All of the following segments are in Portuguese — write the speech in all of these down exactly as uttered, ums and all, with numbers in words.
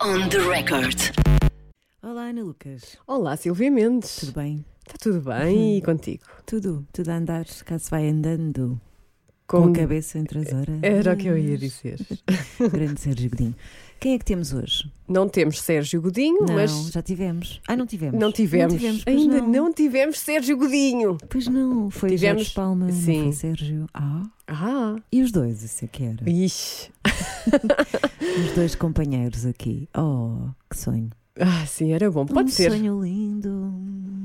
On the record. Olá, Ana Lucas. Olá, Silvia Mendes. Tudo bem? Está tudo bem? E contigo? Tudo, tudo a andar, cá se vai andando. Com, com a cabeça entre as horas. Era o que eu ia dizer. Grande Sérgio Godinho. Quem é que temos hoje? Não temos Sérgio Godinho, não, mas... já tivemos. Ah, não tivemos. Não tivemos. Não tivemos Ainda não. não tivemos Sérgio Godinho. Pois não, foi tivemos... Jorge Palma, Sim. não foi Sérgio. Ah. Ah. E os dois, isso é que era. Ixi. Os dois companheiros aqui. Oh, que sonho. Ah, sim, era bom. Pode um ser. Um sonho lindo.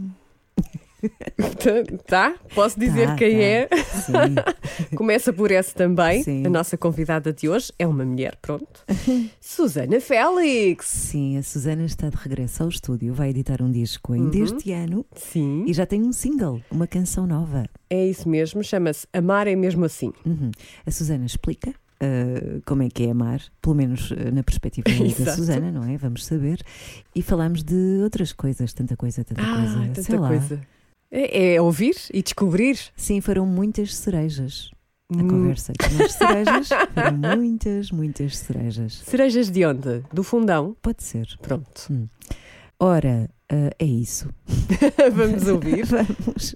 Tá? Posso dizer tá, quem tá. é? Sim. Começa por essa também. Sim. A nossa convidada de hoje é uma mulher, pronto. Susana Félix. Sim, a Susana está de regresso ao estúdio. Vai editar um disco ainda Uhum. este ano. Sim. E já tem um single, uma canção nova. É isso mesmo, chama-se Amar é Mesmo Assim. Uhum. A Susana explica uh, como é que é amar, pelo menos uh, na perspectiva da Exato. Susana, não é? Vamos saber. E falamos de outras coisas, tanta coisa, tanta Ah, coisa. tanta sei lá. coisa. É, é ouvir e descobrir. Sim, foram muitas cerejas. A Hum. conversa com as cerejas, foram muitas, muitas cerejas. Cerejas de onde? Do fundão? Pode ser. Pronto. Hum. Ora, uh, é isso. Vamos ouvir. Vamos.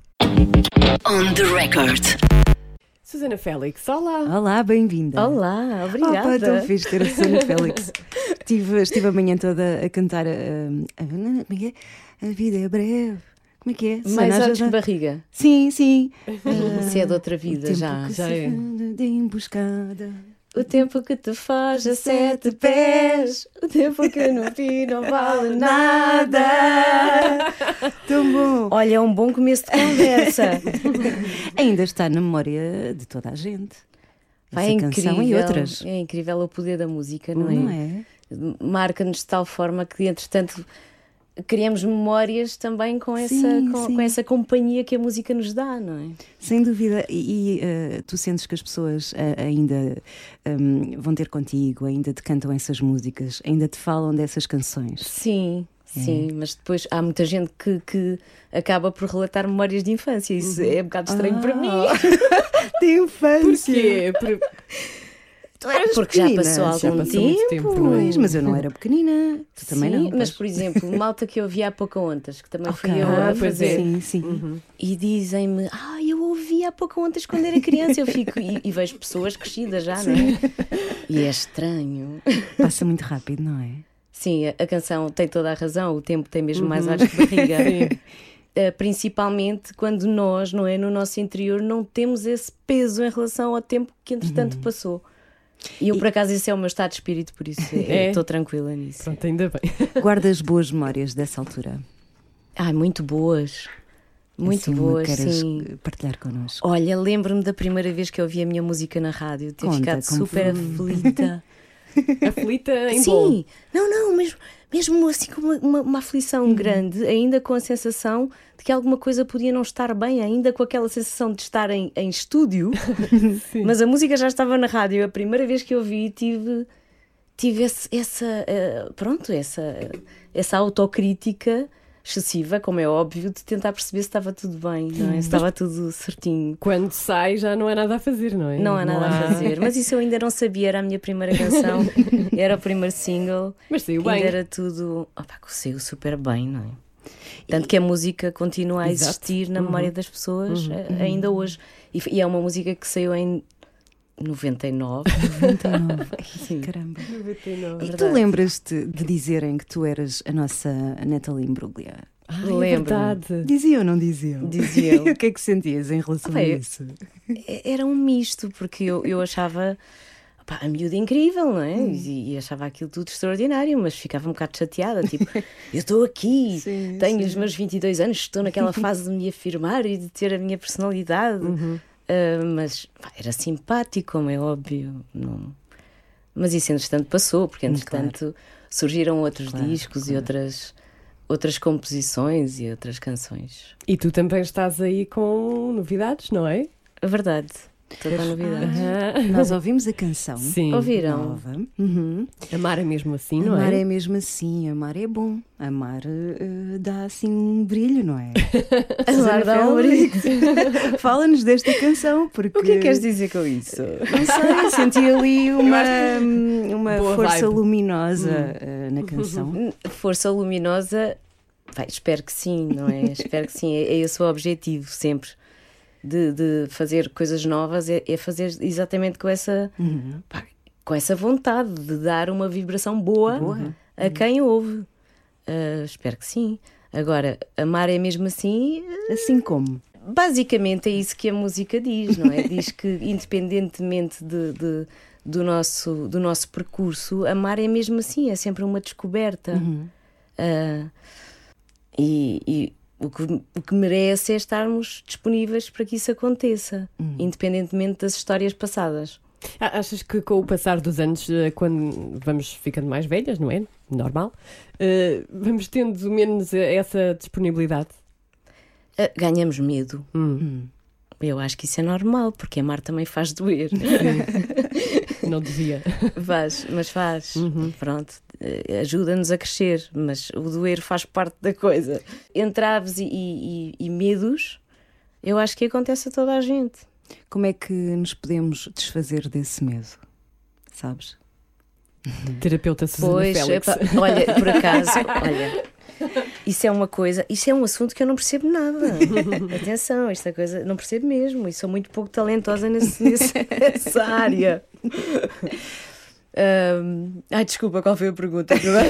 On the record. Susana Félix, olá. Olá, bem-vinda. Olá, Oh, obrigada. pá, tão fixe ter a Susana Félix. estive, estive a manhã toda a cantar a, a, a, como é que é? A vida é breve. Como é que é? Mais Susana, olhos já- que barriga. Sim, sim. Isso é de outra vida O tempo já. que já se é. anda de emboscada. O tempo que te faz a sete pés, o tempo que no fim não vale nada. Tão bom. Olha, é um bom começo de conversa. Ainda está na memória de toda a gente. Vai, é Essa canção incrível. e outras. É incrível o poder da música, não, Não é? é? Marca-nos de tal forma que, entretanto, criamos memórias também com essa, Sim, com, sim. com essa companhia que a música nos dá, não é? Sem dúvida. E, e, eh, tu sentes que as pessoas eh, ainda hum, vão ter contigo, ainda te cantam essas músicas, ainda te falam dessas canções. Sim, É. sim, mas depois há muita gente que, que acaba por relatar memórias de infância. Isso é um bocado estranho Ah. para mim. De infância. Porquê? Por... Tu eras Porque já pequenina. passou algum Já passou muito tempo. tempo, não é? Pois, mas eu não era pequenina. Tu também Sim, não. mas pois. por exemplo, malta que eu ouvia há Pocahontas, que também Ok. fui eu Ah, a pois fazer. é. Sim, sim. Uhum. E dizem-me, ah, eu ouvia há Pocahontas quando era criança. Eu fico e, e vejo pessoas crescidas já, não é? E é estranho. Passa muito rápido, não é? Sim, a, a canção tem toda a razão, o tempo tem mesmo mais olhos que barriga. Sim. Uh, principalmente quando nós, não é, no nosso interior, não temos esse peso em relação ao tempo que entretanto passou. E eu, por acaso, esse é o meu estado de espírito, por isso É? estou tranquila nisso. Pronto, ainda bem. Guardas boas memórias dessa altura? Ai, muito boas. Muito Assim, uma boas, queres sim. partilhar connosco? Olha, lembro-me da primeira vez que eu ouvi a minha música na rádio, ter Conta, ficado como super foi? aflita. Aflita em bom. Sim, não, não, mesmo, mesmo assim com uma, uma, uma aflição grande, ainda com a sensação de que alguma coisa podia não estar bem, ainda com aquela sensação de estar em, em estúdio, mas a música já estava na rádio. A primeira vez que eu ouvi tive, tive esse, essa, eh, pronto, essa, essa autocrítica excessiva, como é óbvio, de tentar perceber se estava tudo bem, não é? Se estava tudo certinho. Quando sai já não é nada a fazer, não é? Não há nada há- a fazer, mas isso eu ainda não sabia, era a minha primeira canção, era o primeiro single, Mas saiu ainda bem. era tudo, opa, que saiu super bem, não é? Tanto que a música continua a Exato. existir na memória das pessoas eh, ainda hoje, e, f- e é uma música que saiu em noventa e nove. noventa e nove. Sim. Caramba. noventa e nove. E tu Verdade. lembras-te de dizerem que tu eras a nossa Natalie Imbruglia? Ai, é Lembro-me. verdade. Diziam ou não diziam? Diziam. E o que é que sentias em relação Ah, a eu- isso? Era um misto, porque eu, eu achava opá, a miúda incrível, não é? E, e achava aquilo tudo extraordinário, mas ficava um bocado chateada, tipo, eu estou aqui, Sim, tenho sim. os meus vinte e dois anos, estou naquela fase de me afirmar e de ter a minha personalidade. Ah, mas pá, era simpático, como é óbvio. Não... Mas isso, entretanto, passou, porque, Hum, entretanto, surgiram outros Claro, discos claro. e outras, outras composições e outras canções. E tu também estás aí com novidades, não é? É verdade. Toda a novidade. Nós ouvimos a canção. Sim. Ouviram? Nova. Uhum. Amar é mesmo assim, não Amar é? é mesmo assim, amar é bom. Amar eh, dá assim um brilho, não é? Amar dá um brilho. Fala-nos desta canção, porque. O que é que queres dizer com isso? Não sei, senti ali uma, uma Boa força vibe. luminosa eh, na canção. Força luminosa, vai, espero que sim, não é? Espero que sim, é, é esse o objetivo sempre. De, de fazer coisas novas é, é fazer exatamente com essa, Uhum. pá, com essa vontade de dar uma vibração boa, Boa. a quem ouve. Uh, espero que sim. Agora, amar é mesmo assim. Assim como. Basicamente é isso que a música diz, não é? Diz que independentemente de, de- do, nosso, do nosso percurso, amar é mesmo assim, é sempre uma descoberta. Uhum. Uh, e e o, que, o que merece é estarmos disponíveis para que isso aconteça, independentemente das histórias passadas. Ah, achas que com o passar dos anos, eh, quando vamos ficando mais velhas, não é? Normal, eh, vamos tendo menos eh, essa disponibilidade? Uh, ganhamos medo. Hum, Eu acho que isso é normal, porque amar também faz doer. não devia. Faz, mas faz. Pronto, eh, ajuda-nos a crescer, mas o doer faz parte da coisa. Entraves e, e- e medos, eu acho que acontece a toda a gente. Como é que nos podemos desfazer desse medo? Sabes? Terapeuta Susana Pois, Félix. epá, olha, por acaso, olha, isso é uma coisa, isso é um assunto que eu não percebo nada. Atenção, esta coisa, não percebo mesmo, e sou muito pouco talentosa nesse, nesse- nessa área. Ahm, ai, desculpa, qual foi a pergunta?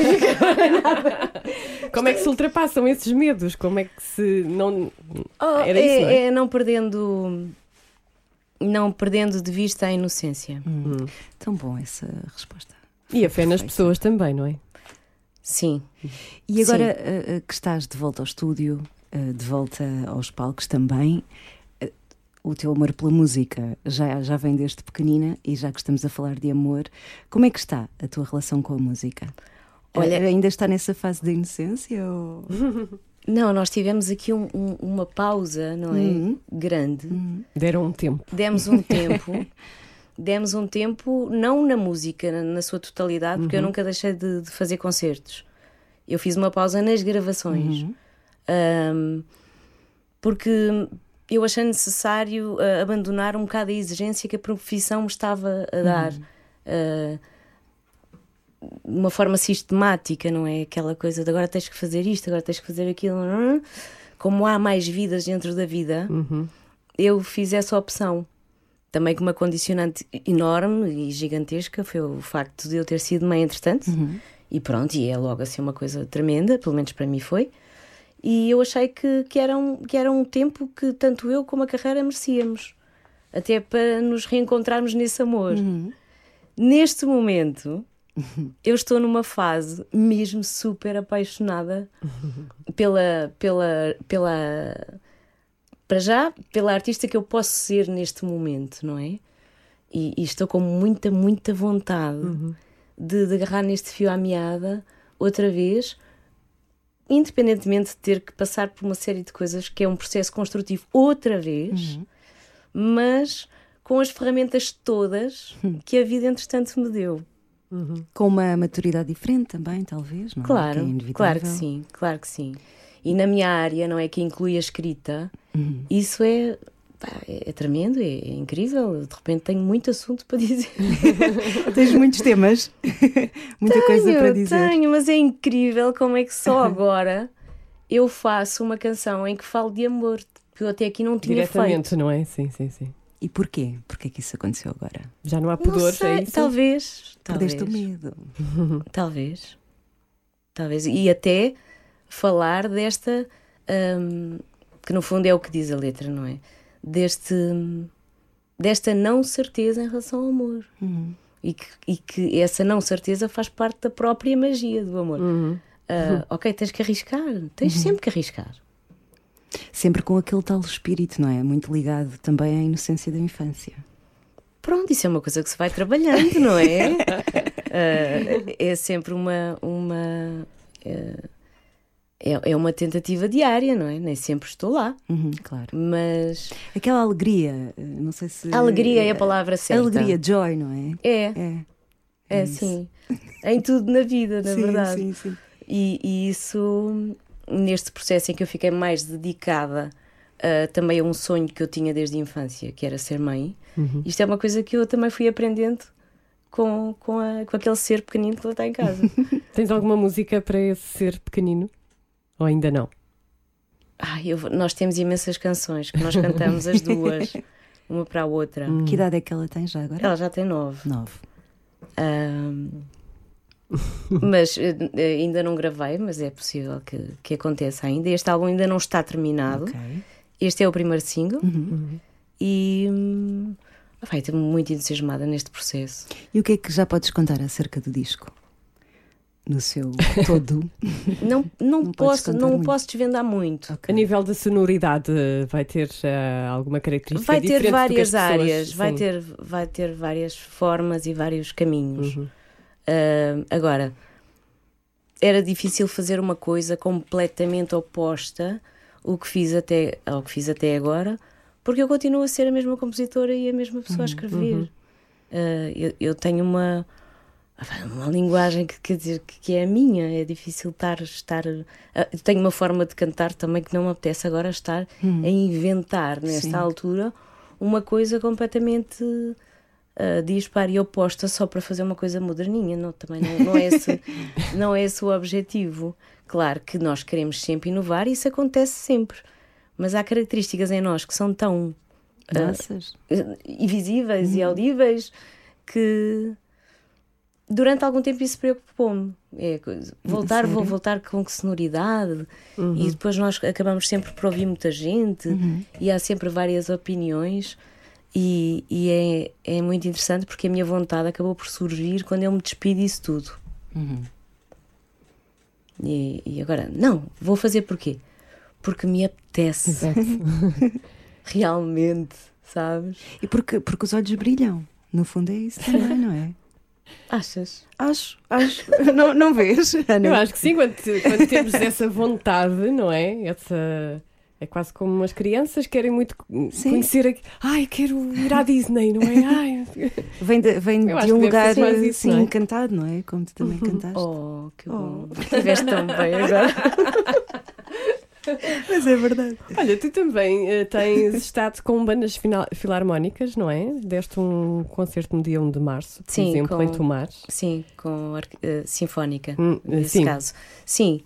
Como é que se ultrapassam esses medos? Como é que se não... Oh, Era isso, não é? é, é não perdendo, não perdendo de vista a inocência. Hum. Tão bom essa resposta. E a fé nas Perfeito. pessoas também, não é? Sim. E agora eh, eh, que estás de volta ao estúdio, eh, de volta aos palcos também, eh, o teu amor pela música já, já vem desde pequenina, e já que estamos a falar de amor, como é que está a tua relação com a música? Olha- Eh, ainda está nessa fase da inocência? Ou... Não, nós tivemos aqui um- um- uma pausa, não é? Uhum. Grande. Deram um tempo. Demos um tempo, demos um tempo, não na música, na, na sua totalidade, porque eu nunca deixei de, de fazer concertos. Eu fiz uma pausa nas gravações. Ahm, porque eu achei necessário ah, abandonar um bocado a exigência que a profissão me estava a dar. Ah, de uma forma sistemática, não é? Aquela coisa de agora tens que fazer isto, agora tens que fazer aquilo. Como há mais vidas dentro da vida, eu fiz essa opção. Também com uma condicionante enorme e gigantesca foi o facto de eu ter sido mãe entretanto. E pronto, e é logo assim uma coisa tremenda, pelo menos para mim foi. E eu achei que, que, era um, que era um tempo que tanto eu como a carreira merecíamos. Até para nos reencontrarmos nesse amor. Neste momento, eu estou numa fase mesmo super apaixonada pela, pela, pela, para já, pela artista que eu posso ser neste momento, não é? E, e estou com muita, muita vontade de, de agarrar neste fio à meada outra vez, independentemente de ter que passar por uma série de coisas que é um processo construtivo outra vez, mas com as ferramentas todas que a vida entretanto me deu. Com uma maturidade diferente também, talvez, não é? Claro, Que é inevitável. claro que sim, claro que sim. E na minha área, não é, que inclui a escrita, isso é, pá, é, é tremendo, é, é incrível. De repente tenho muito assunto para dizer. Tens muitos temas, muita coisa para dizer. Tenho, mas é incrível como é que só agora eu faço uma canção em que falo de amor, que eu até aqui não tinha Diretamente, feito. não é? Sim, sim, sim. E porquê? Porquê que isso aconteceu agora? Já não há Não pudores, sei, é isso? talvez, talvez, Perdeste o medo. talvez, talvez. E até falar desta, hum, que no fundo é o que diz a letra, não é? Deste, desta não certeza em relação ao amor. E, que, e que essa não certeza faz parte da própria magia do amor. Ah, ok, tens que arriscar, tens sempre que arriscar. Sempre com aquele tal espírito, não é? Muito ligado também à inocência da infância. Pronto, isso é uma coisa que se vai trabalhando, não é? Ah, é sempre uma, uma, ah, é, é uma tentativa diária, não é? Nem sempre estou lá. Uhum, claro. Mas. Aquela alegria, não sei se. A alegria é a palavra certa. Alegria, joy, não é? É. É, é, é sim. Em tudo na vida, na sim, verdade. Sim, sim. E, e isso, neste processo em que eu fiquei mais dedicada uh, também a um sonho que eu tinha desde a infância, que era ser mãe, uhum. Isto é uma coisa que eu também fui aprendendo com, com, a, com aquele ser pequenino que lá está em casa. Tens alguma música para esse ser pequenino? Ou ainda não? Ah, eu, nós temos imensas canções que nós cantamos as duas, uma para a outra. Hum. Que idade é que ela tem já agora? Ela já tem nove. Nove. Um, mas ainda não gravei, mas é possível que, que aconteça ainda. Este álbum ainda não está terminado. Okay. Este é o primeiro single. Uhum. E hum, vai, estou muito entusiasmada neste processo. E o que é que já podes contar acerca do disco? No seu todo? Não, não, não posso, não posso desvendar muito. Okay. A nível de sonoridade, vai ter uh, alguma característica vai diferente? Ter várias do que as pessoas... áreas, vai ter, vai ter várias formas e vários caminhos. Uhum. Uh, agora, era difícil fazer uma coisa completamente oposta ao que fiz até, ao que fiz até agora, porque eu continuo a ser a mesma compositora e a mesma pessoa a escrever. Uhum. Uh, eu, eu tenho uma uma linguagem que, quer dizer, que é a minha. É difícil estar, estar uh, tenho uma forma de cantar também que não me apetece agora estar uhum. a inventar nesta Sim. altura uma coisa completamente uh, dispara e oposta só para fazer uma coisa moderninha. Não, também não, não, é esse, não é esse o objetivo. Claro que nós queremos sempre inovar e isso acontece sempre, mas há características em nós que são tão uh, invisíveis uhum. e audíveis que durante algum tempo isso preocupou-me. É, voltar, Sério? vou voltar com que sonoridade uhum. e depois nós acabamos sempre por ouvir muita gente uhum. e há sempre várias opiniões e, e é, é muito interessante porque a minha vontade acabou por surgir quando eu me despedi disso tudo. Uhum. E, e agora, não, vou fazer porquê? Porque me apetece. Realmente, sabes? E porque, porque os olhos brilham. No fundo é isso também, não é? Achas? Acho, acho. Não, não vês, Ana? Eu acho que sim, quando, quando temos essa vontade, não é? Essa... É quase como as crianças querem muito sim. conhecer. Aqui. Ai, quero ir à Disney, não é? Ai. Vem de, vem de um lugar isso, assim, não é? encantado, não é? Como tu também cantaste. Oh, que bom. Oh. Estiveste tão bem agora. Mas é verdade. Olha, tu também uh, tens estado com bandas final, filarmónicas, não é? Deste um concerto no dia primeiro de março, por sim, exemplo, com, em Tomar. Sim, com uh, Sinfónica, hum, nesse sim. caso. Sim.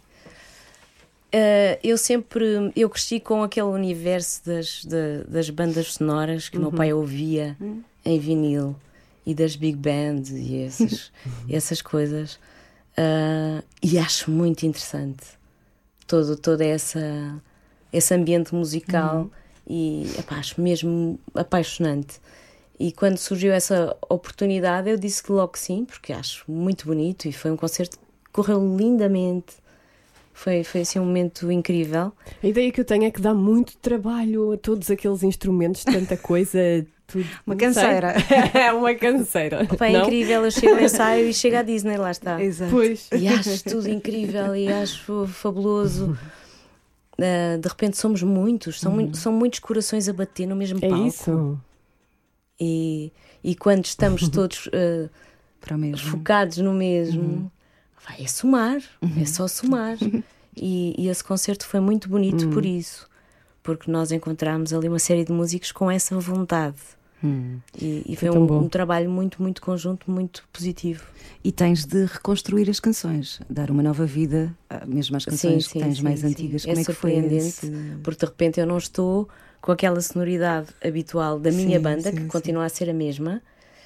Uh, eu sempre, eu cresci com aquele universo das, de, das bandas sonoras que o uhum. meu pai ouvia uhum. em vinil e das big bands e essas, essas coisas uh, e acho muito interessante todo, todo essa, esse ambiente musical uhum. e epá, acho mesmo apaixonante. E quando surgiu essa oportunidade eu disse que logo sim, porque acho muito bonito e foi um concerto que correu lindamente. Foi, foi assim um momento incrível. A ideia que eu tenho é que dá muito trabalho a todos aqueles instrumentos, tanta coisa, tudo. Uma canseira. É uma canseira. Opa, é incrível, eu chego ao ensaio e chego à Disney, lá está. Exato. Pois. E acho tudo incrível e acho fabuloso. Uh, de repente somos muitos, são, uhum. muito, são muitos corações a bater no mesmo é palco. Isso. E, e quando estamos todos uh, Para o mesmo. focados no mesmo... Uhum. É somar, uhum. é só somar. E, e esse concerto foi muito bonito uhum. por isso, porque nós encontramos ali uma série de músicos com essa vontade. Uhum. E, e foi, foi um, um trabalho muito, muito conjunto, muito positivo. E tens de reconstruir as canções, dar uma nova vida, mesmo às canções sim, sim, que tens sim, mais sim. antigas. Como é, é que foi esse... Porque de repente eu não estou com aquela sonoridade habitual da minha sim, banda, sim, que sim. continua a ser a mesma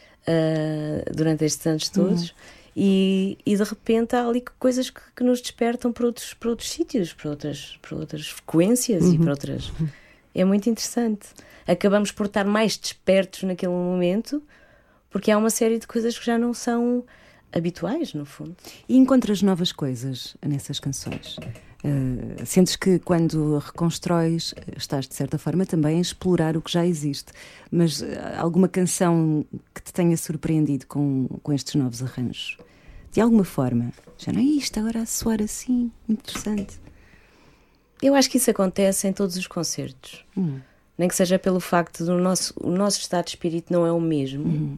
uh, durante estes anos todos. Uhum. E, e de repente há ali coisas que, que nos despertam para outros, para outros sítios, para outras, para outras frequências uhum. e para outras. É muito interessante. Acabamos por estar mais despertos naquele momento, porque há uma série de coisas que já não são habituais, no fundo. E encontras novas coisas nessas canções? Uh, sentes que quando reconstróis estás de certa forma também a explorar o que já existe, mas uh, alguma canção que te tenha surpreendido com, com estes novos arranjos? De alguma forma? Já não é isto agora a soar assim? Interessante. Eu acho que isso acontece em todos os concertos. Hum. Nem que seja pelo facto do nosso, o nosso estado de espírito não é o mesmo. Uhum.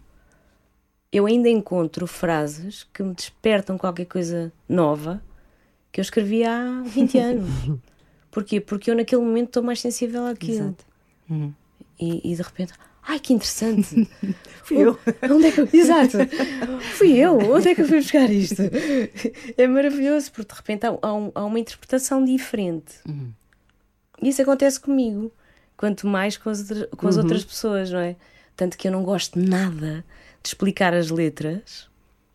Eu ainda encontro frases que me despertam qualquer coisa nova que eu escrevi há vinte anos. Porquê? Porque eu naquele momento estou mais sensível àquilo. Exato. Uhum. E, e de repente, ai que interessante! Fui eu. Onde é que eu... Exato! Fui eu! Onde é que eu fui buscar isto? É maravilhoso, porque de repente há, há, um, há uma interpretação diferente. Uhum. E isso acontece comigo, quanto mais com as, outra, com as Uhum. outras pessoas, não é? Tanto que eu não gosto nada de explicar as letras.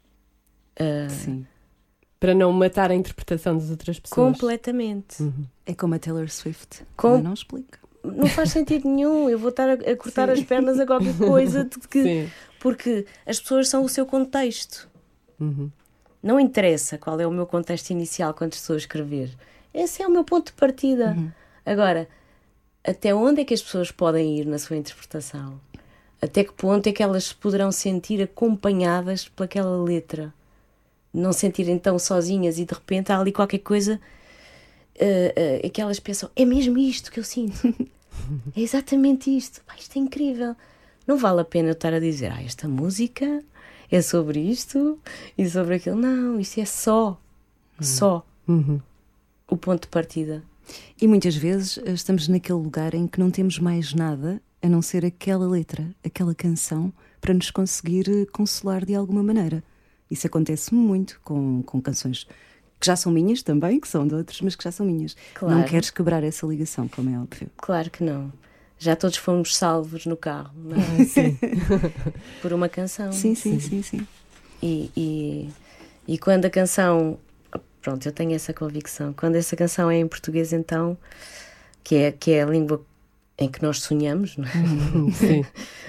Uh, Sim. Para não matar a interpretação das outras pessoas. completamente. Uhum. É como a Taylor Swift. Com- Ela não explica. Não faz sentido nenhum. Eu vou estar a, a cortar as pernas a qualquer coisa de que, Sim. porque as pessoas são o seu contexto. Uhum. Não interessa qual é o meu contexto inicial quando estou a escrever. Esse é o meu ponto de partida. Uhum. Agora, até onde é que as pessoas podem ir na sua interpretação? Até que ponto é que elas se poderão sentir acompanhadas pelaquela letra? Não sentirem tão sozinhas e de repente há ali qualquer coisa uh, uh, que elas pensam, é mesmo isto que eu sinto. É exatamente isto. Pá, isto é incrível. Não vale a pena eu estar a dizer, ah, esta música é sobre isto e sobre aquilo. Não, isto é só, só Uhum. o ponto de partida. E muitas vezes eh, estamos naquele lugar em que não temos mais nada a não ser aquela letra, aquela canção, para nos conseguir eh, consolar de alguma maneira. Isso acontece muito com, com canções que já são minhas também, que são de outros, mas que já são minhas. Claro. Não queres quebrar essa ligação, como é óbvio. Claro que não. Já todos fomos salvos no carro, não é? Ah, sim. Por uma canção. Sim, sim, sim, sim. E, e, e quando a canção... Pronto, eu tenho essa convicção. Quando essa canção é em português, então, que é, que é a língua em que nós sonhamos, não é? Sim.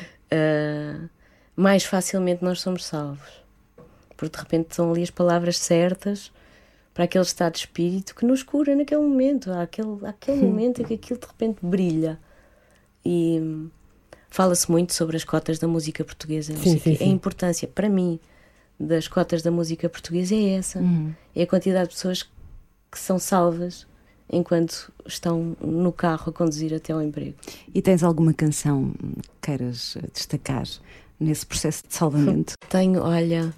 Uh, mais facilmente nós somos salvos. Porque de repente estão ali as palavras certas para aquele estado de espírito que nos cura naquele momento. Há aquele, há aquele momento em que aquilo de repente brilha. E hum, fala-se muito sobre as cotas da música portuguesa. Não Sim, sei sim, quê. sim. A importância, para mim, das cotas da música portuguesa é essa. Uhum. É a quantidade de pessoas que são salvas enquanto estão no carro a conduzir até ao emprego. E tens alguma canção que queiras eh, destacar nesse processo de salvamento? Tenho, olha,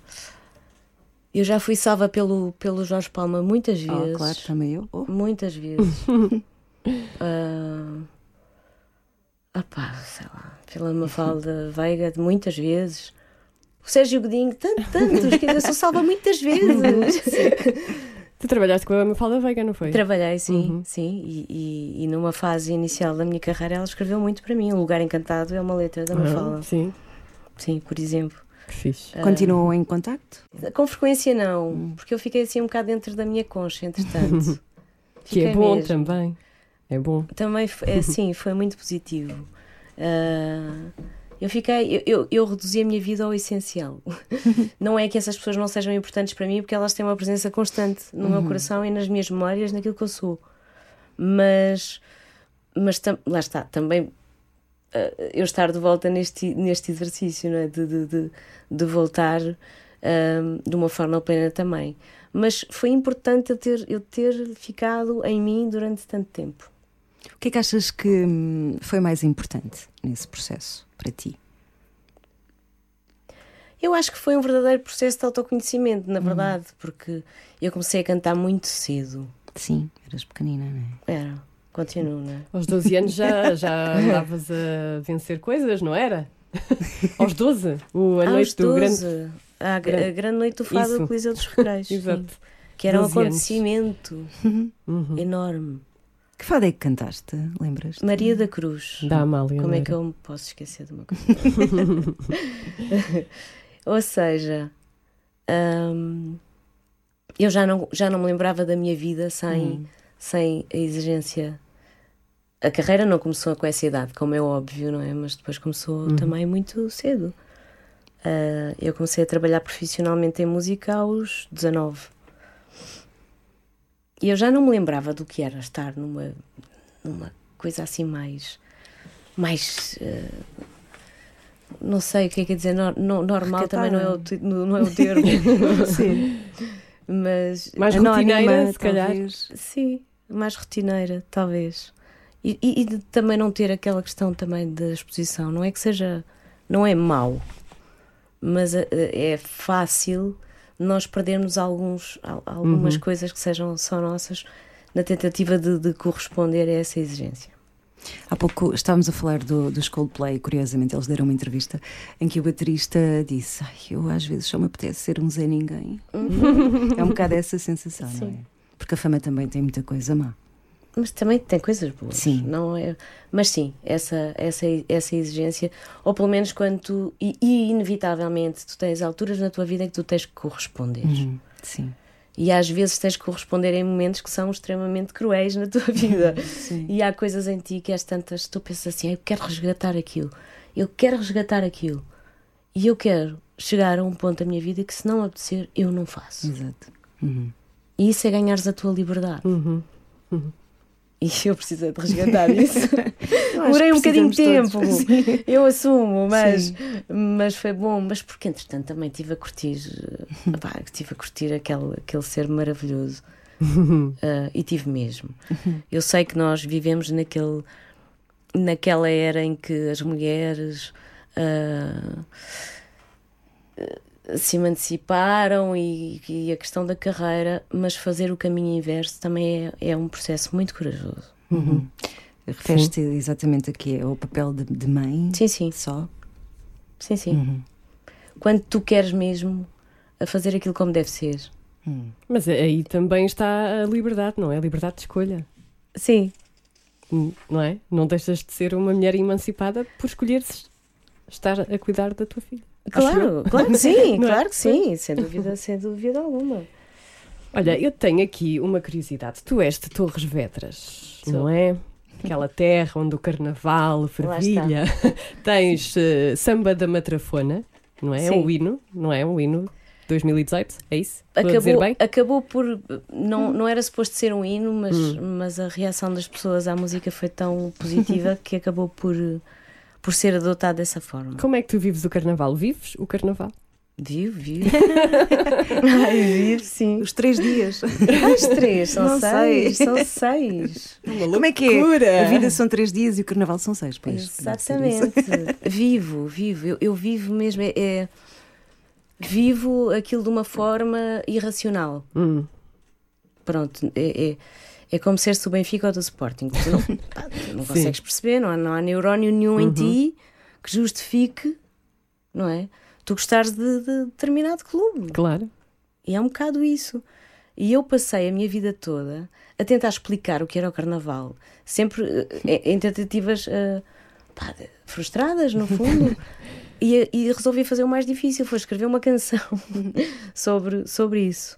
eu já fui salva pelo, pelo Jorge Palma muitas Oh, vezes. claro, também eu. Oh. Muitas vezes. uh, ah pá, sei lá, pela Mafalda Veiga, muitas vezes. O Sérgio Godinho, tanto, tantos, quer dizer, sou salva muitas vezes. Tu trabalhaste com a Mafalda Veiga, não foi? Trabalhei, sim, Uhum. sim. E, e, e numa fase inicial da minha carreira ela escreveu muito para mim. Um Lugar Encantado é uma letra da Mafalda. Ah, sim, Sim, por exemplo. que fixe. Continuam em contacto? Com frequência não, porque eu fiquei assim um bocado dentro da minha concha, entretanto. Que é Fiquei bom mesmo. também. É bom. Também, f- é, sim, foi muito positivo. Ah, eu fiquei, eu, eu, eu reduzi a minha vida ao essencial. Não é que essas pessoas não sejam importantes para mim, porque elas têm uma presença constante no meu coração e nas minhas memórias, naquilo que eu sou. Mas, mas tam, lá está, também ah, eu estar de volta neste, neste exercício, não é? de, de, de, de voltar ah, de uma forma plena também. Mas foi importante eu ter, eu ter ficado em mim durante tanto tempo. O que é que achas que hum, foi mais importante nesse processo para ti? Eu acho que foi um verdadeiro processo de autoconhecimento, na verdade, porque eu comecei a cantar muito cedo. Sim, eras pequenina, não é? Era, continuo, não é? Aos doze anos já, já andavas a vencer coisas, não era? Aos doze? O, a Aos noite do grande... doze, a, a grande- grande noite do fado Isso. do Coliseu dos Recreios. sim. Exato. Que era um doze anos. acontecimento Uhum. enorme. Que fado é que cantaste? Lembras? Maria da Cruz. Da Amália. Como não é era? que eu me posso esquecer de uma coisa? Ou seja, hum, eu já não, já não me lembrava da minha vida sem, Hum. sem a exigência. A carreira não começou com essa idade, como é óbvio, não é? Mas depois começou Uhum. também muito cedo. Ah, eu comecei a trabalhar profissionalmente em música aos dezanove. E eu já não me lembrava do que era estar numa, numa coisa assim mais... mais eh, não sei o que é que é dizer, no- no- normal Recatada. também não é o, te- não não é o termo. Sim. Mas Mais Anónima, rotineira, se calhar. talvez. sim, mais rotineira, talvez. E, e, e de também não ter aquela questão também da exposição. Não é que seja... Não é mau, mas é, é fácil nós perdermos alguns, algumas uhum. coisas que sejam só nossas na tentativa de, de corresponder a essa exigência. Há pouco estávamos a falar do, dos Coldplay, curiosamente eles deram uma entrevista em que o baterista disse: ai, eu às vezes só me apetece ser um Zé Ninguém. Uhum. É um bocado essa sensação, sim. Não é? Porque a fama também tem muita coisa má. Mas também tem coisas boas. Sim. Não é... Mas sim, essa, essa, essa exigência, ou pelo menos quando tu, e, e inevitavelmente tu tens alturas na tua vida em que tu tens que corresponder. Uhum. Sim. E às vezes tens que corresponder em momentos que são extremamente cruéis na tua vida. Sim. E há coisas em ti que és tantas, tu pensas assim: eu quero resgatar aquilo, eu quero resgatar aquilo, e eu quero chegar a um ponto da minha vida que, se não apetecer, eu não faço. Exato. Uhum. E isso é ganhares a tua liberdade. Uhum. Uhum. E eu preciso de resgatar isso. Demorei um bocadinho de tempo, eu assumo, mas, mas foi bom. Mas porque, entretanto, também estive a curtir, opá, estive a curtir aquele, aquele ser maravilhoso. Uh, e tive mesmo. Eu sei que nós vivemos naquele, naquela era em que as mulheres uh, se emanciparam e, e a questão da carreira, mas fazer o caminho inverso também é, é um processo muito corajoso. Uhum. Refere-te exatamente aqui ao papel de, de mãe? Sim, sim. Só? Sim, sim. Uhum. Quando tu queres mesmo a fazer aquilo como deve ser. Uhum. Mas aí também está a liberdade, não é? A liberdade de escolha. Sim. Não é? Não deixas de ser uma mulher emancipada por escolheres estar a cuidar da tua filha. Claro, claro que sim, Não é? claro que sim, sem dúvida, sem dúvida alguma. Olha, eu tenho aqui uma curiosidade. Tu és de Torres Vedras, Sou. não é? Aquela terra onde o carnaval fervilha. Tens uh, Samba da Matrafona, não é? É Sim. um hino, não é? Um hino dois mil e dezoito, é isso? Estou a dizer Acabou, bem? acabou por... Não, não era suposto ser um hino, mas, Hum. mas a reação das pessoas à música foi tão positiva que acabou por, por ser adotado dessa forma. Como é que tu vives o carnaval? Vives o carnaval? Vivo, vivo. Ai, vivo, sim. Os três dias. As três, são Não seis, sei. são seis. Como é que é? Loucura! A vida são três dias e o carnaval são seis. Pois, Exatamente. Vivo, vivo. Eu, eu vivo mesmo, é, é... Vivo aquilo de uma forma irracional. Hum. Pronto, é, é, é como ser-se do Benfica ou do Sporting. Tu não, pá, tu não consegues perceber, não há, não há neurónio nenhum Uhum. em ti que justifique, não é? Tu gostares de, de determinado clube. Claro. E é um bocado isso. E eu passei a minha vida toda a tentar explicar o que era o carnaval, sempre eh, em tentativas eh, pá, frustradas, no fundo. E, e resolvi fazer o mais difícil, foi escrever uma canção sobre, sobre isso.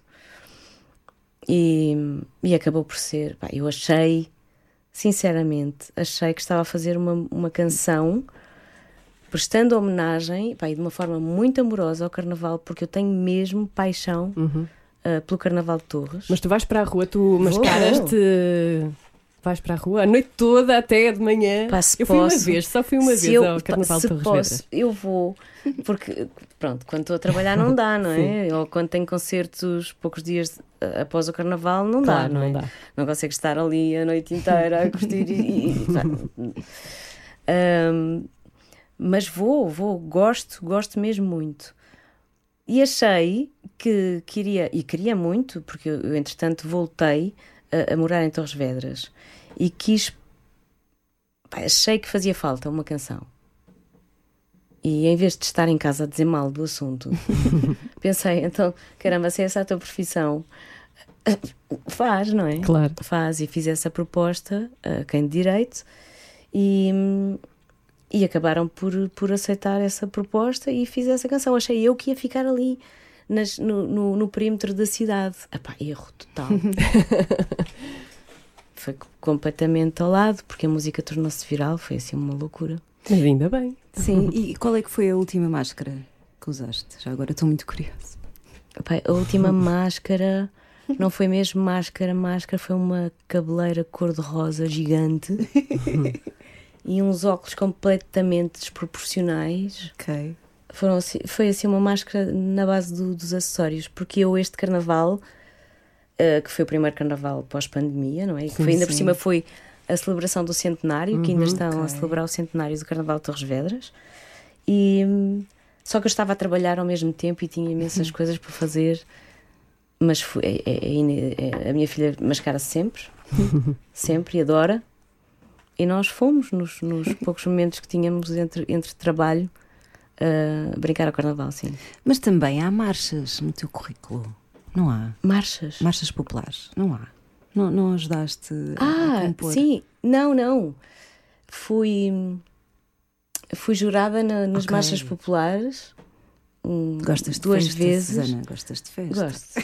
E, e acabou por ser... Pá, eu achei, sinceramente, achei que estava a fazer uma, uma canção prestando homenagem, pá, e de uma forma muito amorosa ao carnaval, porque eu tenho mesmo paixão Uhum. uh, pelo Carnaval de Torres. Mas tu vais para a rua, tu mascaras-te... Vais para a rua a noite toda até de manhã. Pá, se eu fui posso, uma vez, só fui uma se vez eu, ao Carnaval de se Torres posso, Vedras. eu vou, porque pronto, quando estou a trabalhar não dá, não é? Ou quando tenho concertos poucos dias após o Carnaval não Claro, dá, não é? não dá. Não consigo estar ali a noite inteira a curtir e... e um, mas vou, vou, gosto, gosto mesmo muito. E achei que queria, e queria muito, porque eu, eu entretanto voltei a, a morar em Torres Vedras e quis, pá, achei que fazia falta uma canção. E em vez de estar em casa a dizer mal do assunto, pensei, então, caramba, se essa é a tua profissão, faz, não é? Claro. Faz, e fiz essa proposta a quem de direito e, e acabaram por, por aceitar essa proposta e fiz essa canção. Achei eu que ia ficar ali nas, no, no, no perímetro da cidade. Epá, erro total. Foi completamente ao lado, porque a música tornou-se viral, foi assim uma loucura. Mas ainda bem. Sim, e qual é que foi a última máscara que usaste? Já agora estou muito curiosa. Epá, a última máscara não foi mesmo máscara, máscara foi uma cabeleira cor-de-rosa gigante e uns óculos completamente desproporcionais. Ok. Foram, foi assim uma máscara na base do, dos acessórios, porque eu este carnaval uh, que foi o primeiro carnaval pós-pandemia, não é? E que Sim, foi, ainda sim. por cima foi a celebração do centenário, Uhum, que ainda estão ok. a celebrar o centenário do Carnaval de Torres Vedras. E, hum, só que eu estava a trabalhar ao mesmo tempo e tinha imensas coisas para fazer, mas foi, é, é, é, a minha filha mascara sempre, sempre, e adora. E nós fomos, nos, nos poucos momentos que tínhamos entre, entre trabalho, uh, brincar ao Carnaval, sim. Mas também há marchas no teu currículo, não há? Marchas. Marchas populares, não há? Não, não ajudaste a, a Ah, compor? sim. Não, não. Fui, fui jurada na- nas Ok. marchas populares. hum, Gostas de duas festa, vezes. Susana? Gostas de festa? Gosto.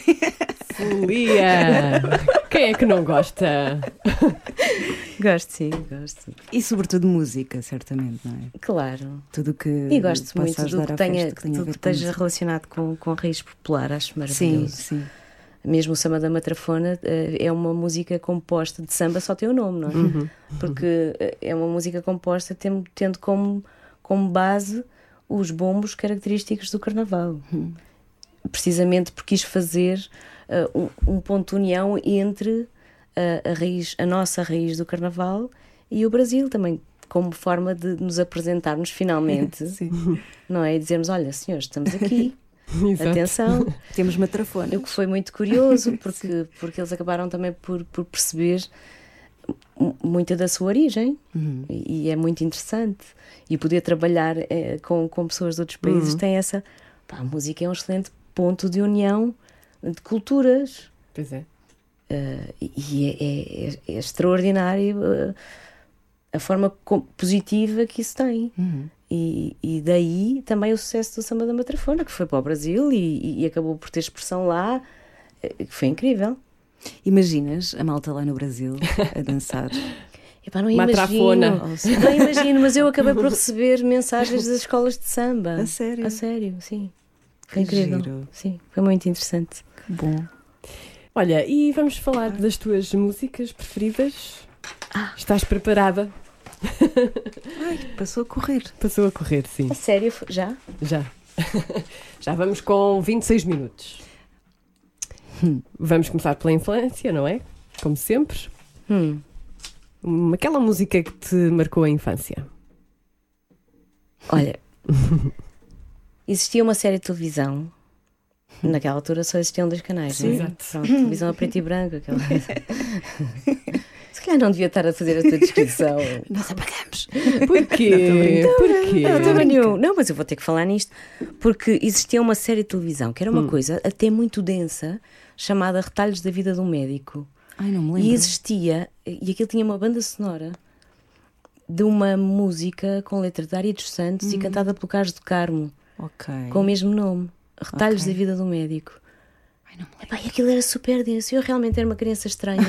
Folia! Quem é que não gosta? Gosto, sim, gosto. E sobretudo música, certamente, não é? Claro. Tudo o que E gosto possa muito do ajudar que, à tenha, festa, que tenha a tudo ver que com esteja música. relacionado com, com a raiz popular. Acho Sim, maravilhoso. sim. Mesmo o Samba da Matrafona eh, é uma música composta de samba, só tem o nome, não é? Uhum. Porque eh, é uma música composta tendo, tendo como, como base os bombos característicos do Carnaval. Precisamente porque quis fazer eh, um, um ponto de união entre eh, a, raiz, a nossa raiz do Carnaval e o Brasil também, como forma de nos apresentarmos finalmente, Sim. não é? E dizermos, olha, senhores, estamos aqui, Exato. atenção. Temos matrafona. O que foi muito curioso, porque, porque eles acabaram também por, por perceber mu- muita da sua origem, Uhum. e, e é muito interessante. E poder trabalhar eh, com, com pessoas de outros países Uhum. tem essa. Pá, a música é um excelente ponto de união de culturas. Pois é. Eh, e é, é- é- é extraordinário eh, a forma com- positiva que isso tem. Uhum. E, e daí também o sucesso do Samba da Matrafona, que foi para o Brasil e, e acabou por ter expressão lá, eh, que foi incrível. Imaginas a malta lá no Brasil a dançar? Epá, não Matrafona. imagino, não imagino, mas eu acabei por receber mensagens das escolas de samba. A sério? A sério, sim. Foi Que incrível. giro. Sim, foi muito interessante. Que bom. Olha, e vamos falar das tuas músicas preferidas? Estás preparada? Ai, passou a correr. Passou a correr, sim. A sério, foi- já? Já. Já vamos com vinte e seis minutos. Vamos começar pela infância, não é? Como sempre. Hum. Hum, Aquela música que te marcou a infância. Olha, existia uma série de televisão. Naquela altura só existiam dois canais, Sim, não é? exato. Pronto, televisão a preto e branco. Aquela... Se calhar não devia estar a fazer esta descrição. Nós apagamos. Porquê? Porquê? Não, também nenhum. Não, mas eu vou ter que falar nisto. Porque existia uma série de televisão que era uma Hum. coisa até muito densa, chamada Retalhos da Vida do Médico. Ai, não me lembro. E existia, e aquilo tinha uma banda sonora de uma música com letra de Dário dos Santos Hum. e cantada pelo Carlos do Carmo, Ok. com o mesmo nome. Retalhos Ok. da Vida do Médico. Ai, não me lembro. Epá, e aquilo era super denso. Eu realmente era uma criança estranha.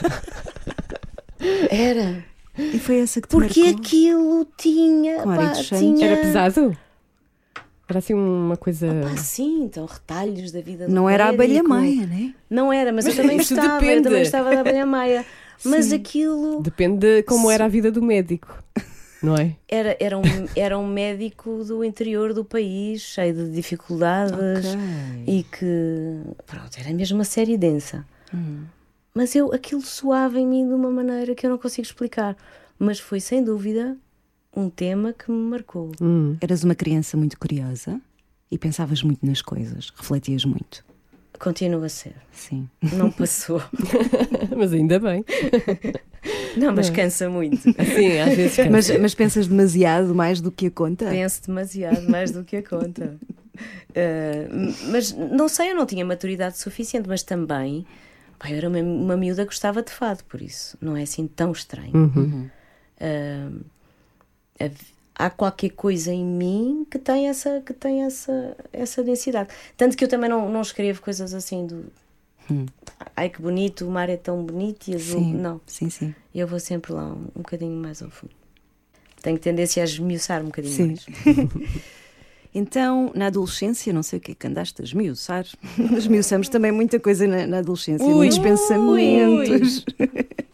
Era. E foi essa que te Porque marcou? aquilo tinha. Com pá, Dário dos Santos. tinha... Era pesado? Era assim uma coisa. Pá, sim, então retalhos da vida do Não era a abelha médico. maia, né? Não era, mas, Mas eu também isso gostava. depende. Eu também gostava da abelha maia. Mas Sim. aquilo Depende de como era a vida do médico, não é? era, era, um, era um médico do interior do país, cheio de dificuldades Ok. e que. Pronto, era mesmo uma série densa. Hum. Mas eu, aquilo soava em mim de uma maneira que eu não consigo explicar. Mas foi sem dúvida um tema que me marcou. Hum. Eras uma criança muito curiosa e pensavas muito nas coisas, refletias muito. Continua a ser. Sim. Não passou. Mas ainda bem. Não, mas cansa muito. Sim, às vezes cansa. Mas, mas pensas demasiado mais do que a conta? Penso demasiado, mais do que a conta. Uh, mas não sei, eu não tinha maturidade suficiente, mas também pá, eu era uma, uma miúda que gostava de fado, por isso não é assim tão estranho. Uhum. Uh, hav- há qualquer coisa em mim que tem essa, que tem essa, essa densidade. Tanto que eu também não, não escrevo coisas assim do Hum. ai que bonito, o mar é tão bonito e azul. Sim, Não, sim, sim. eu vou sempre lá um, um bocadinho mais ao fundo. Tenho tendência a esmiuçar um bocadinho Sim. mais. Então, na adolescência, não sei o que é que andaste a esmiuçar. Esmiuçamos também muita coisa na, na adolescência, Ui, muitos pensamentos.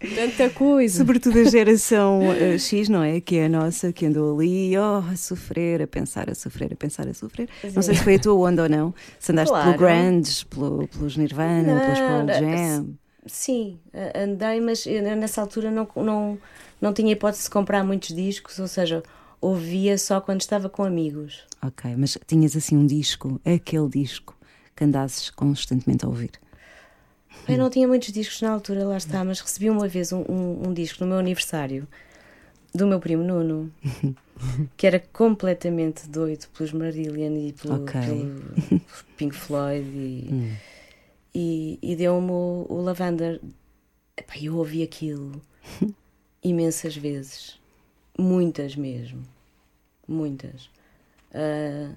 Tanta coisa. Sobretudo a geração uh, X, não é? Que é a nossa, que andou ali, oh, a sofrer, a pensar, a sofrer, a pensar, a sofrer. Pois não é. Sei se foi a tua onda ou não. Se andaste claro. Pelo grunge, pelo, pelos Nirvana, não, pelos Pearl Jam. Sim, andei, mas eu, nessa altura não, não, não tinha hipótese de comprar muitos discos, ou seja, ouvia só quando estava com amigos. Ok, mas tinhas assim um disco, aquele disco que andasses constantemente a ouvir? Eu não tinha muitos discos na altura, lá está, mas recebi uma vez um, um, um disco no meu aniversário do meu primo Nuno, que era completamente doido pelos Marillion e pelo, okay. pelo Pink Floyd e, hum. e, e deu-me o, o Lavender. Epá, eu ouvi aquilo imensas vezes, muitas mesmo, muitas. Uh,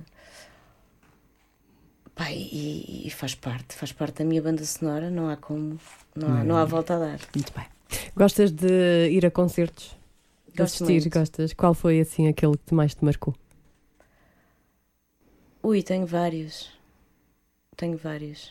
Pá, e, e faz parte, faz parte da minha banda sonora, não há como, não há, não há volta a dar. Muito bem. Gostas de ir a concertos? Gosto assistir, muito. Gostas? Qual foi assim aquele que mais te marcou? Ui, tenho vários. Tenho vários.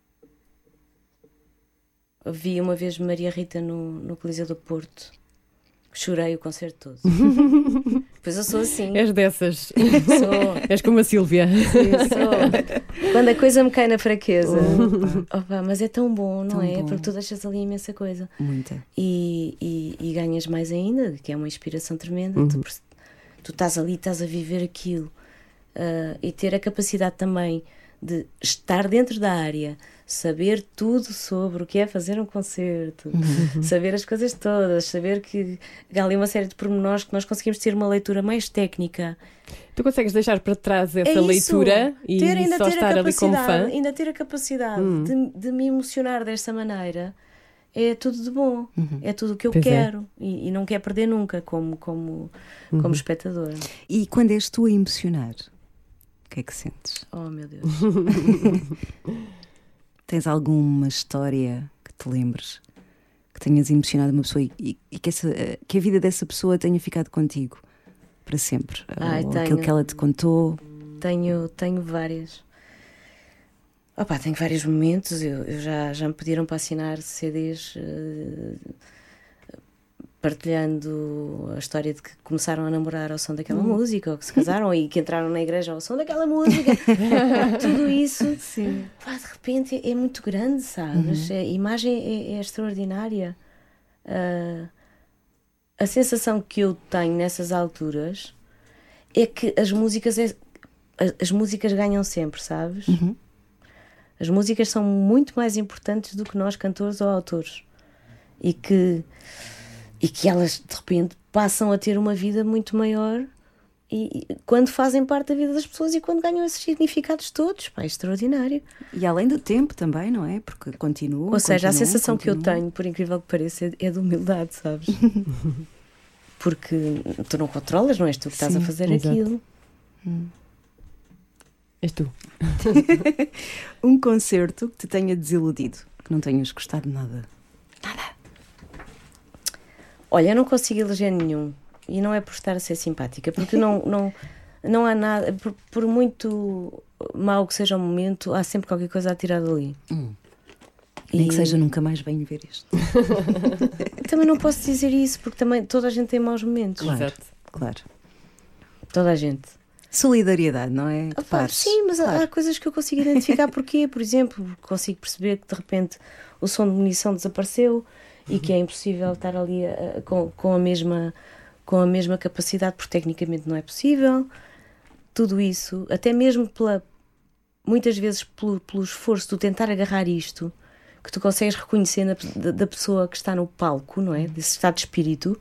Vi uma vez Maria Rita no, no Coliseu do Porto. Chorei o concerto todo. Pois eu sou assim. És dessas. Sou. És como a Sílvia. Sim, sou. Quando a coisa me cai na fraqueza. Opa. Opa, mas é tão bom, não tão é? Bom. Porque tu deixas ali imensa coisa. Muita. E, e, e ganhas mais ainda, que é uma inspiração tremenda. Uhum. Tu, tu estás ali, estás a viver aquilo. Uh, e ter a capacidade também de estar dentro da área, saber tudo sobre o que é fazer um concerto, uhum. saber as coisas todas, saber que há ali uma série de pormenores que nós conseguimos ter uma leitura mais técnica. Tu consegues deixar para trás essa é leitura e ter, ainda só ter estar ali como fã? Ainda ter a capacidade uhum. de, de me emocionar desta maneira é tudo de bom, uhum. é tudo o que eu pois quero é. e, e não quero perder nunca como, como, uhum. como espectadora. E quando és tu a emocionar, o que é que sentes? Oh, meu Deus. Tens alguma história que te lembres que tenhas emocionado uma pessoa e, e que, essa, que a vida dessa pessoa tenha ficado contigo para sempre? Ai, ou tenho. Aquilo que ela te contou? Tenho, tenho várias. Opa, tenho vários momentos. Eu, eu já, já me pediram para assinar C Ds uh, partilhando a história de que começaram a namorar ao som daquela hum. música, ou que se casaram e que entraram na igreja ao som daquela música. Tudo isso, sim. Pá, de repente é, é muito grande, sabes? Uhum. A imagem é, é extraordinária. Uh, a sensação que eu tenho nessas alturas é que as músicas, é, as, as músicas ganham sempre, sabes? Uhum. As músicas são muito mais importantes do que nós, cantores ou autores. E que E que elas, de repente, passam a ter uma vida muito maior e, e quando fazem parte da vida das pessoas e quando ganham esses significados todos. Pá, é extraordinário. E além do tempo também, não é? Porque continua. Ou seja, continua, a sensação continua. que eu tenho, por incrível que pareça, é, é de humildade, sabes? Porque tu não controlas, não és tu que estás Sim, a fazer exato. Aquilo. Hum. És tu. Um concerto que te tenha desiludido, que não tenhas gostado de nada. Nada. Olha, eu não consigo eleger nenhum. E não é por estar a ser simpática, porque não, não, não há nada. Por, por muito mau que seja o momento, há sempre qualquer coisa a tirar dali. Hum. Nem e... que seja nunca mais bem ver isto. Também não posso dizer isso, porque também toda a gente tem maus momentos. Claro, claro. Toda a gente. Solidariedade, não é? Ah, sim, mas claro. há, há coisas que eu consigo identificar porquê. Por exemplo, consigo perceber que de repente o som de munição desapareceu e que é impossível estar ali a, a, com, com, a mesma, com a mesma capacidade, porque tecnicamente não é possível. Tudo isso, até mesmo pela, muitas vezes pelo, pelo esforço de tentar agarrar isto, que tu consegues reconhecer na, da, da pessoa que está no palco, não é? Desse estado de espírito.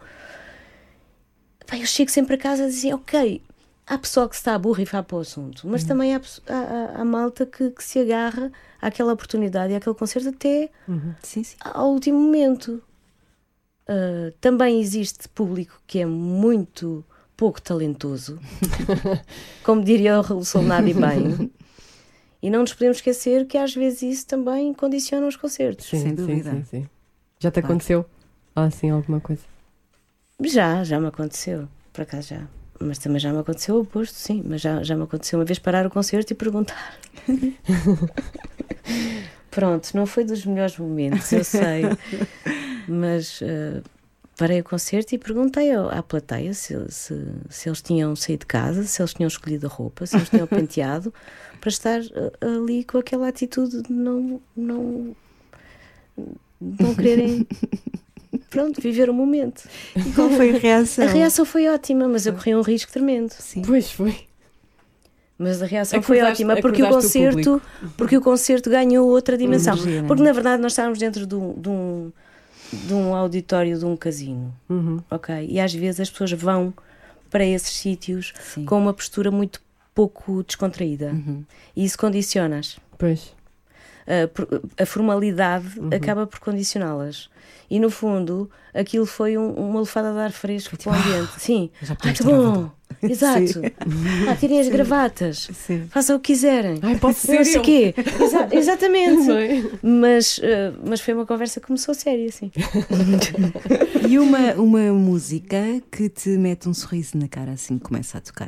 Pai, eu chego sempre a casa a dizer, ok, há pessoal que se está a burra e vai para o assunto, mas uhum. também há, há, há malta que, que se agarra àquela oportunidade e àquele concerto até uhum. sim, sim. ao último momento. Uh, também existe público que é muito pouco talentoso, como diria o Raul Solnado e bem, e não nos podemos esquecer que às vezes isso também condiciona os concertos. Sim, sem dúvida. Sim, sim, sim. Já te claro. aconteceu? Ah, sim, alguma coisa? Já, já me aconteceu, por acaso já. Mas também já me aconteceu o oposto, sim. Mas já, já me aconteceu uma vez parar o concerto e perguntar. Pronto, não foi dos melhores momentos, eu sei. Mas uh, parei o concerto e perguntei ao- à plateia se, se, se eles tinham saído de casa, se eles tinham escolhido a roupa, se eles tinham penteado para estar uh, ali com aquela atitude de não, não, não quererem, pronto, viver o momento. E qual foi a reação? A reação foi ótima, mas eu corri um risco tremendo. Sim. Pois foi. Mas a reação foi Acordaste- ótima porque o acordaste o concerto, porque o concerto ganhou outra dimensão. Energia, não é? Porque na verdade nós estávamos dentro de um, de um, de um auditório de um casino, Uhum. ok? E às vezes as pessoas vão para esses sítios Sim. com uma postura muito pouco descontraída. Uhum. E isso condiciona-as. Pois. A, por- a formalidade Uhum. acaba por condicioná-las. E no fundo, aquilo foi um- uma lufada de ar fresco para o ambiente. Sim. Já Ah, podemos que estar à bom! vontade. Exato. Sim. Ah, tirem as gravatas. Sim. Façam o que quiserem. Ai, posso ser Não sei eu. o quê. Exa- exatamente. Não é? Mas, eh, mas foi uma conversa que começou séria, assim. E uma, uma música que te mete um sorriso na cara assim que começa a tocar?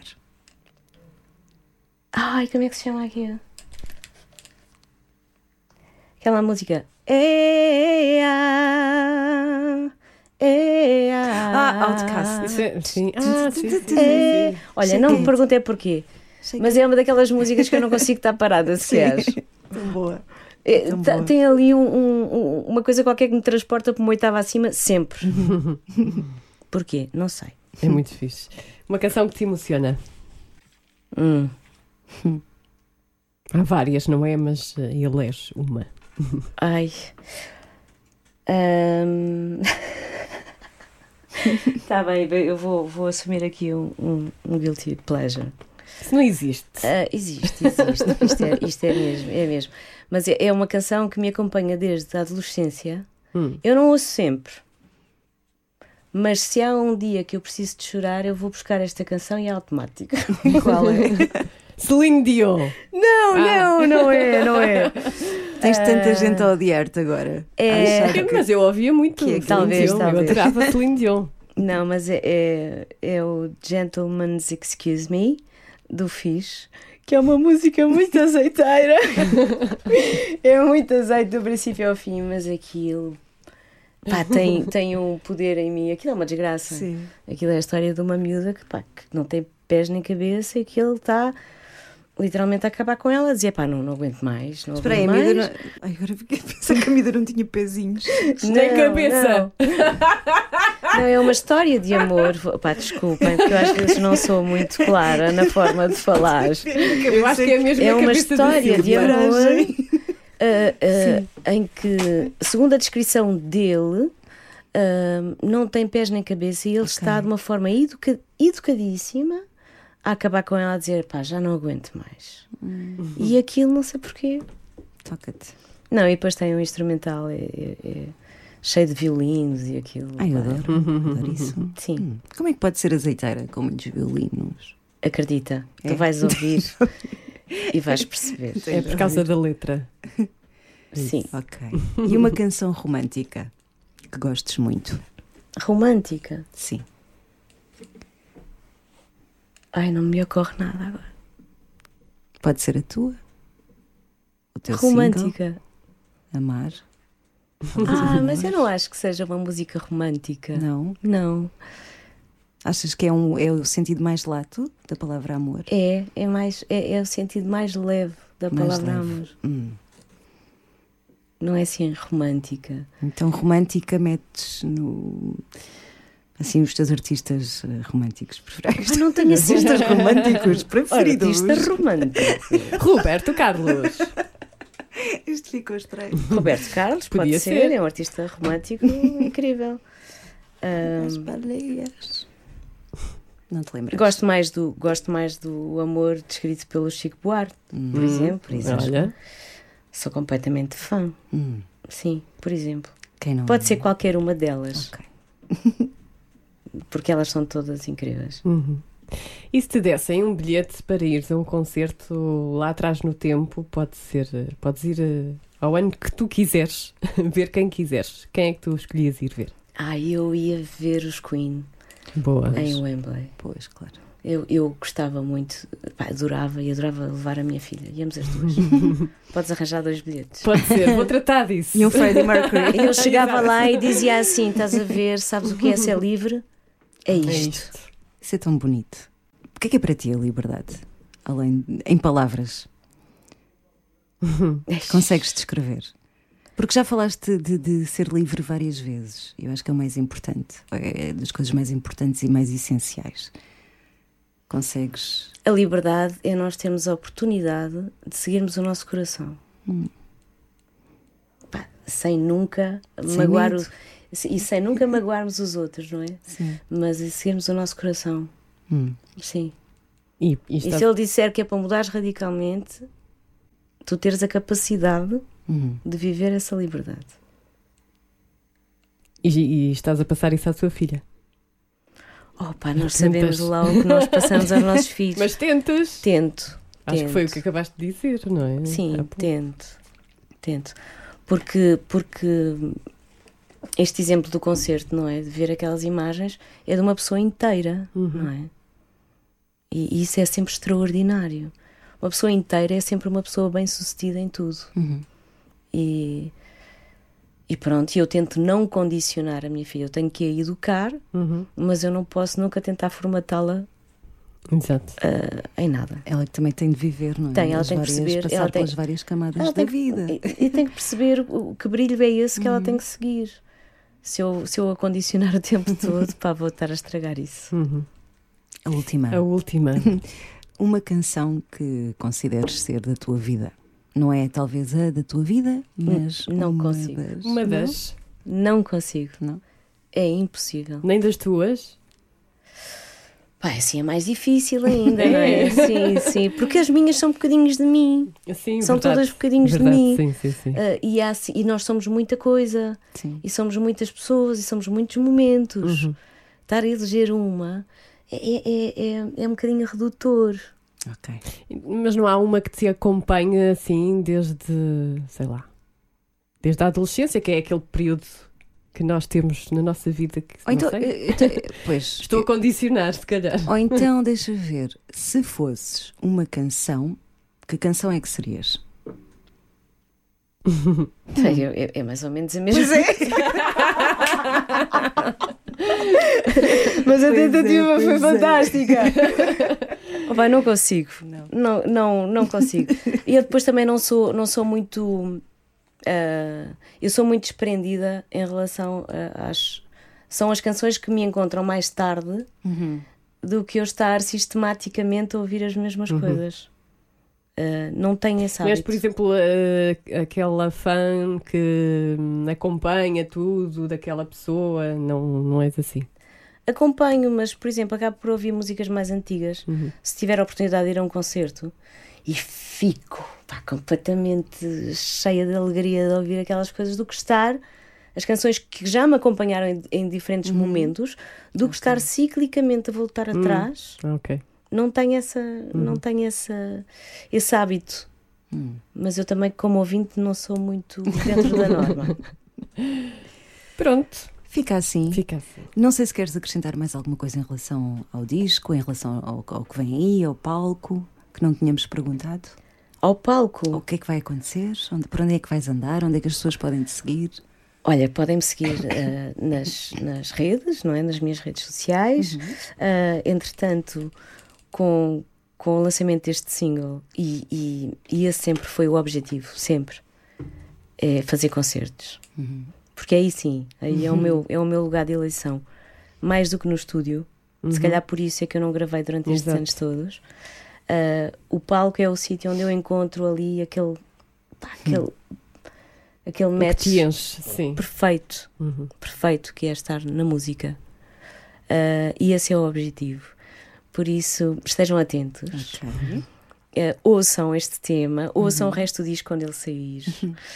Ai, como é que se chama aqui? Aquela música. Ea, ea. Ah, Outcast. Isso é- Sim. Ah, sim, sim, sim, É. sim. Olha, não me perguntei porquê, Sei mas é uma daquelas músicas que eu não consigo estar parada sequer. Tão boa. É, Tão tá- boa. tem ali um- um- um- uma coisa qualquer que me transporta para uma oitava acima, sempre. Porquê? Não sei. É muito fixe. Uma canção que te emociona. Hum. Há várias, não é? Mas eh, elege uma. Ai. Ahm. Tá bem, eu vou, vou assumir aqui um, um, um guilty pleasure. Isso não existe. Ah, existe, existe. Isto é, isto é mesmo, é mesmo. Mas é, é uma canção que me acompanha desde a adolescência. Hum. Eu não ouço sempre. Mas se há um dia que eu preciso de chorar, eu vou buscar esta canção e é automática. Qual é? Celine Dion. Não, não, não é, não é. Tens tanta Ah. gente a odiar-te agora. É. A achar que- Mas eu ouvia muito. Que é que Celine talvez, Dion. talvez. Eu adorava Celine Dion. Não, mas é, é, é o Gentleman's Excuse Me, do Fish, que é uma música muito azeiteira. É muito azeite do princípio ao fim, mas aquilo pá, tem, tem um poder em mim. Aquilo é uma desgraça. Sim. Aquilo é a história de uma miúda que, pá, que não tem pés nem cabeça e que ele está literalmente a acabar com ela, a dizer, pá, não, não aguento mais, não Espera aí, a aguento miúda mais. não... Ai, agora fiquei a pensar que a miúda não tinha pezinhos. Nem cabeça. Não. Não, é uma história de amor. Pá, desculpem, porque eu às vezes não sou muito clara na forma de falar. Eu acho que é mesmo É a uma cabeça história da de Silvia. amor uh, uh, em que, segundo a descrição dele, uh, não tem pés nem cabeça e ele está de uma forma educa- educadíssima a acabar com ela a dizer, pá, já não aguento mais. Hum. E aquilo não sei porquê. Toca-te. Não, e depois tem um instrumental é, é- é cheio de violinos e aquilo. Ai, eu pá. adoro. Adoro isso. Sim, Hum. Como é que pode ser azeiteira com muitos violinos? acredita. É? Tu vais ouvir e vais perceber. É por causa da letra. Sim. Ok. E uma canção romântica que gostes muito? Romântica. Sim. Ai, não me ocorre nada agora. Pode ser a tua? O teu single? Romântica. Amar? Ah, mas eu não acho que seja uma música romântica. Não? Não. Achas que é, um, é o sentido mais lato da palavra amor? É, é, mais, é, é o sentido mais leve da Mais palavra leve. amor. Hum. Não é assim romântica. Então romântica metes no... Assim, os teus artistas eh, românticos preferidos. Ah, não tenho assim. Artistas românticos preferidos. Artista romântico. Roberto Carlos. Isto ficou estranho. Roberto Carlos, pode Podia ser. ser. É um artista romântico incrível. As Ahm, baleias. Não te lembras? gosto, mais do, gosto mais do amor descrito pelo Chico Buarque, por Hum. exemplo. Por exemplo. Olha. Sou completamente fã. Hum. Sim, por exemplo. Quem não Pode é? ser qualquer uma delas, Ok. porque elas são todas incríveis. Uhum. E se te dessem um bilhete para ires a um concerto lá atrás no tempo, pode ser, eh, podes ir eh, ao ano que tu quiseres, ver quem quiseres. Quem é que tu escolhias ir ver? Ah, eu ia ver os Queen Boa. em Wembley. Pois, claro. Eu, eu gostava muito, pá, adorava e adorava levar a minha filha. Íamos as duas. Podes arranjar dois bilhetes. Pode ser, vou tratar disso. E um Freddie Mercury. Eu chegava lá e dizia assim: estás a ver, sabes o que é ser livre? É isto. É isto. Isso é tão bonito. O que é que é para ti a liberdade? Além, em palavras. Consegues descrever? Porque já falaste de, de ser livre várias vezes. Eu acho que é o mais importante. É das coisas mais importantes e mais essenciais. Consegues... A liberdade é nós termos a oportunidade de seguirmos o nosso coração. Hum. Pá, sem nunca Sem magoar medo. o, e sem nunca magoarmos os outros, não é? Sim. Mas é seguirmos o nosso coração. Hum. Sim. E, e E está... se ele disser que é para mudares radicalmente, tu teres a capacidade Hum. de viver essa liberdade. E, e estás a passar isso à tua filha. Oh pá, nós Tentas. sabemos lá o que nós passamos aos nossos filhos. Mas tentas. Tento. Acho tento. que foi o que acabaste de dizer, não é? Sim, Há pouco. tento. Tento. Porque, porque este exemplo do concerto, não é? De ver aquelas imagens, é de uma pessoa inteira, Uhum. não é? E isso é sempre extraordinário. Uma pessoa inteira é sempre uma pessoa bem-sucedida em tudo. Uhum. E, e pronto, eu tento não condicionar a minha filha. Eu tenho que a educar, Uhum. mas eu não posso nunca tentar formatá-la Exato. uh, em nada. Ela também tem de viver, não é? Tem, ela As tem que várias, perceber, Passar ela tem- pelas várias camadas Ela da tem que- vida. E, e tem que perceber o que brilho é esse que ela tem que seguir. Se eu, se eu a condicionar o tempo todo, pá, vou estar a estragar isso. Uhum. A última. A última. Uma canção que consideres ser da tua vida. Não é talvez a da tua vida, mas Não uma consigo. das... Uma das. Não consigo. Não? É impossível. Nem das tuas. Pá, assim é mais difícil ainda, não é? Sim, sim. Porque as minhas são bocadinhos de mim. Sim, São verdade. todas bocadinhos de Verdade, mim. Sim, sim, sim. Uh, e, há, assim- e nós somos muita coisa. Sim. E somos muitas pessoas. E somos muitos momentos. Uhum. Estar a eleger uma é, é, é, é um bocadinho redutor. Ok. Mas não há uma que te acompanha assim desde, sei lá, desde a adolescência, que é aquele período que nós temos na nossa vida que Ou então, não sei. eh, então, eh, pois, Estou a condicionar, se calhar. ou então, deixa ver, se fosses uma canção, que canção é que serias? É, é- é mais ou menos a mesma. Mas a Pois é, tentativa foi pois é. fantástica. Oh, vai, não consigo. Não. Não, não, não consigo. E eu depois também não sou, não sou muito. ah, eu sou muito desprendida em relação a- às. São as canções que me encontram mais tarde Uhum. do que eu estar sistematicamente a ouvir as mesmas coisas. Ah, não tenho esse Mas, hábito. por exemplo, a- aquela fã que hum, acompanha tudo daquela pessoa, não, não és assim. Acompanho, mas, por exemplo, acabo por ouvir músicas mais antigas. Uhum. Se tiver a oportunidade de ir a um concerto e fico pá, completamente cheia de alegria de ouvir aquelas coisas, do que estar as canções que já me acompanharam em, em diferentes momentos, do que estar ciclicamente a voltar atrás. Ok. Não tenho, essa, não tenho essa, esse hábito. Hum. Mas eu também, como ouvinte, não sou muito dentro da norma. Pronto, Fica assim. fica assim. Não sei se queres acrescentar mais alguma coisa em relação ao disco, em relação ao, ao que vem aí, ao palco, que não tínhamos perguntado. Ao palco. O que é que vai acontecer? Onde, por onde é que vais andar? Onde é que as pessoas podem te seguir? Olha, podem-me seguir eh, nas, nas redes, não é? Nas minhas redes sociais. Eh, entretanto, com, com o lançamento deste single, e, e, e esse sempre foi o objetivo, sempre, é fazer concertos. Uhum. Porque aí sim, aí é, o meu, é o meu lugar de eleição. Mais do que no estúdio. Se calhar por isso é que eu não gravei durante estes Exato. anos todos. Eh, o palco é o sítio onde eu encontro ali aquele... pá, aquele aquele O que match te enche, sim. perfeito, Uhum. perfeito, que é estar na música. Uh, e esse é o objetivo. Por isso, estejam atentos. Ok. Uh, ouçam este tema, ouçam o resto do disco quando ele sair.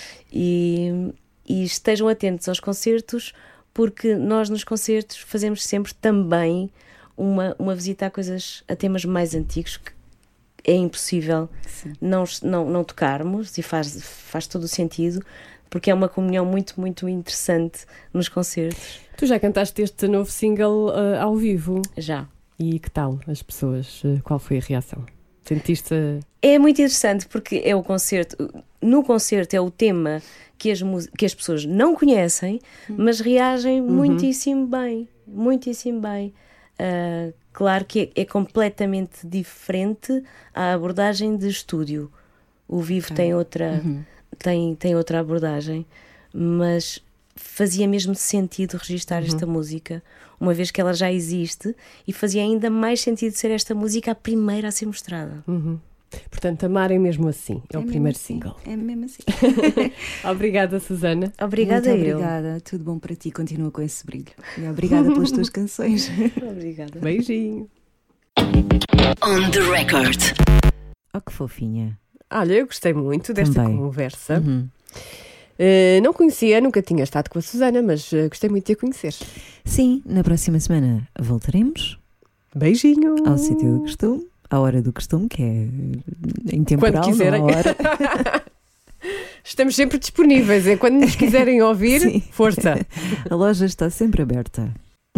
E, e estejam atentos aos concertos, porque nós nos concertos fazemos sempre também uma, uma visita a coisas, a temas mais antigos, que é impossível Sim. não, não, não tocarmos, e faz, faz todo o sentido, porque é uma comunhão muito, muito interessante nos concertos. Tu já cantaste este novo single uh, ao vivo? Já. E que tal as pessoas? Qual foi a reação? Sentiste... É muito interessante porque é o concerto, no concerto é o tema que as, que as pessoas não conhecem, mas reagem uhum. muitíssimo bem, muitíssimo bem. Uh, claro que é, é completamente diferente a abordagem de estúdio. O vivo okay. tem, outra, uhum. tem, tem outra abordagem, mas fazia mesmo sentido registar uhum. esta música, uma vez que ela já existe, e fazia ainda mais sentido ser esta música a primeira a ser mostrada. Uhum. Portanto, Amarem Mesmo Assim é, é o primeiro assim. single. É mesmo assim. Obrigada, Susana. Obrigada. Muito obrigada. Tudo bom para ti, continua com esse brilho. E obrigada pelas tuas canções. Obrigada. Beijinho. On the record. Oh, que fofinha. Olha, eu gostei muito desta Também. conversa. Uhum. Uh, não conhecia, nunca tinha estado com a Susana, mas uh, gostei muito de a conhecer. Sim, na próxima semana voltaremos. Beijinho. Ao sítio do costume, à hora do costume, que é intemporal. Quando quiserem. Não, hora. Estamos sempre disponíveis, é quando nos quiserem ouvir, Sim. Força. A loja está sempre aberta.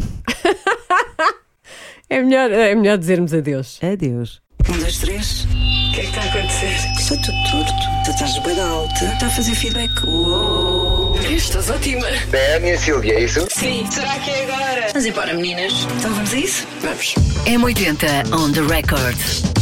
É melhor, é melhor dizermos adeus. Adeus. Um, dois, três. O que é que está a acontecer? Está tudo torto. Tu estás bem alta. Está a fazer feedback. Uou. Estás ótima. É a minha Silvia, é isso? Sim. Será que é agora? Vamos embora, meninas. Então vamos a isso? Vamos. M oitenta on the record.